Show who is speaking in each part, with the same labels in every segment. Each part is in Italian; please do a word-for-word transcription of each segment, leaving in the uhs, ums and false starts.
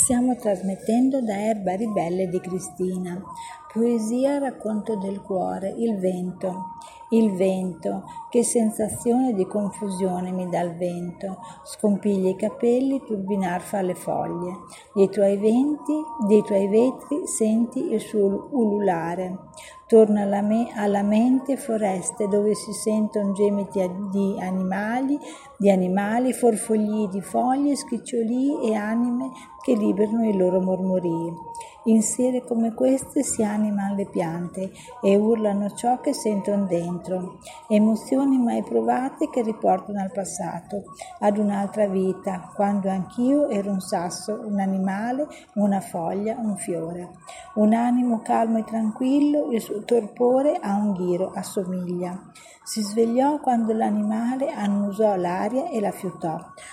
Speaker 1: Stiamo trasmettendo da Erba Ribelle di Cristina. Poesia, racconto del cuore, il vento. Il vento, che sensazione di confusione mi dà il vento. Scompiglia i capelli, turbinar fa le foglie. Dei tuoi venti, dei tuoi vetri senti il suo ululare. Torna alla, me- alla mente foreste dove si sentono gemiti di animali, di animali, forfogli di foglie, scricciolii e anime che liberano i loro mormorii. In sere come queste si animano le piante e urlano ciò che sentono dentro, emozioni mai provate che riportano al passato, ad un'altra vita, quando anch'io ero un sasso, un animale, una foglia, un fiore. Un animo calmo e tranquillo, il suo torpore a un ghiro assomiglia. Si svegliò quando l'animale annusò l'aria e la fiutò.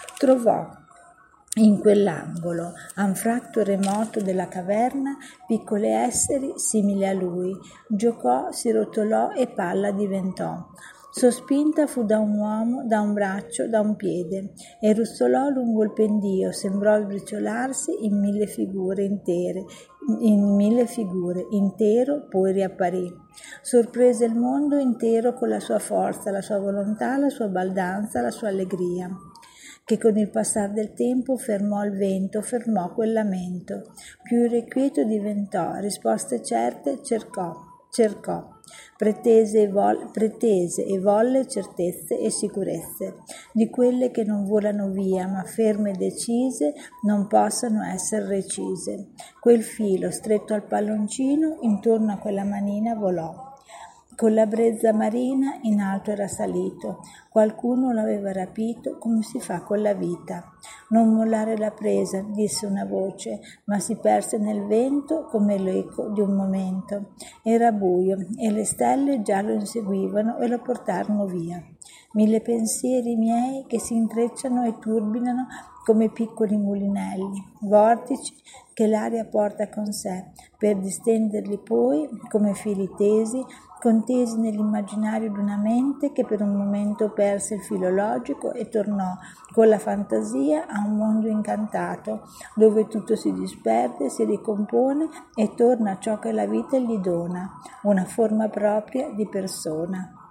Speaker 1: Trovò in quell'angolo, anfratto remoto della caverna, piccoli esseri simili a lui. Giocò, si rotolò e palla diventò. Sospinta fu da un uomo, da un braccio, da un piede, e ruzzolò lungo il pendio, sembrò sbriciolarsi in mille figure intere, in mille figure, intero, poi riapparì. Sorprese il mondo intero con la sua forza, la sua volontà, la sua baldanza, la sua allegria, che con il passar del tempo fermò il vento, fermò quel lamento. Più irrequieto diventò, risposte certe cercò, cercò, pretese e, vol- pretese e volle certezze e sicurezze, di quelle che non volano via, ma ferme e decise non possano essere recise. Quel filo, stretto al palloncino, intorno a quella manina volò. Con la brezza marina in alto era salito, qualcuno l'aveva rapito come si fa con la vita. Non mollare la presa, disse una voce, ma si perse nel vento come l'eco di un momento. Era buio e le stelle già lo inseguivano e lo portarono via. Mille pensieri miei che si intrecciano e turbinano come piccoli mulinelli, vortici che l'aria porta con sé, per distenderli poi come fili tesi, contesi nell'immaginario di una mente che per un momento perse il filo logico e tornò con la fantasia a un mondo incantato, dove tutto si disperde, si ricompone e torna a ciò che la vita gli dona, una forma propria di persona.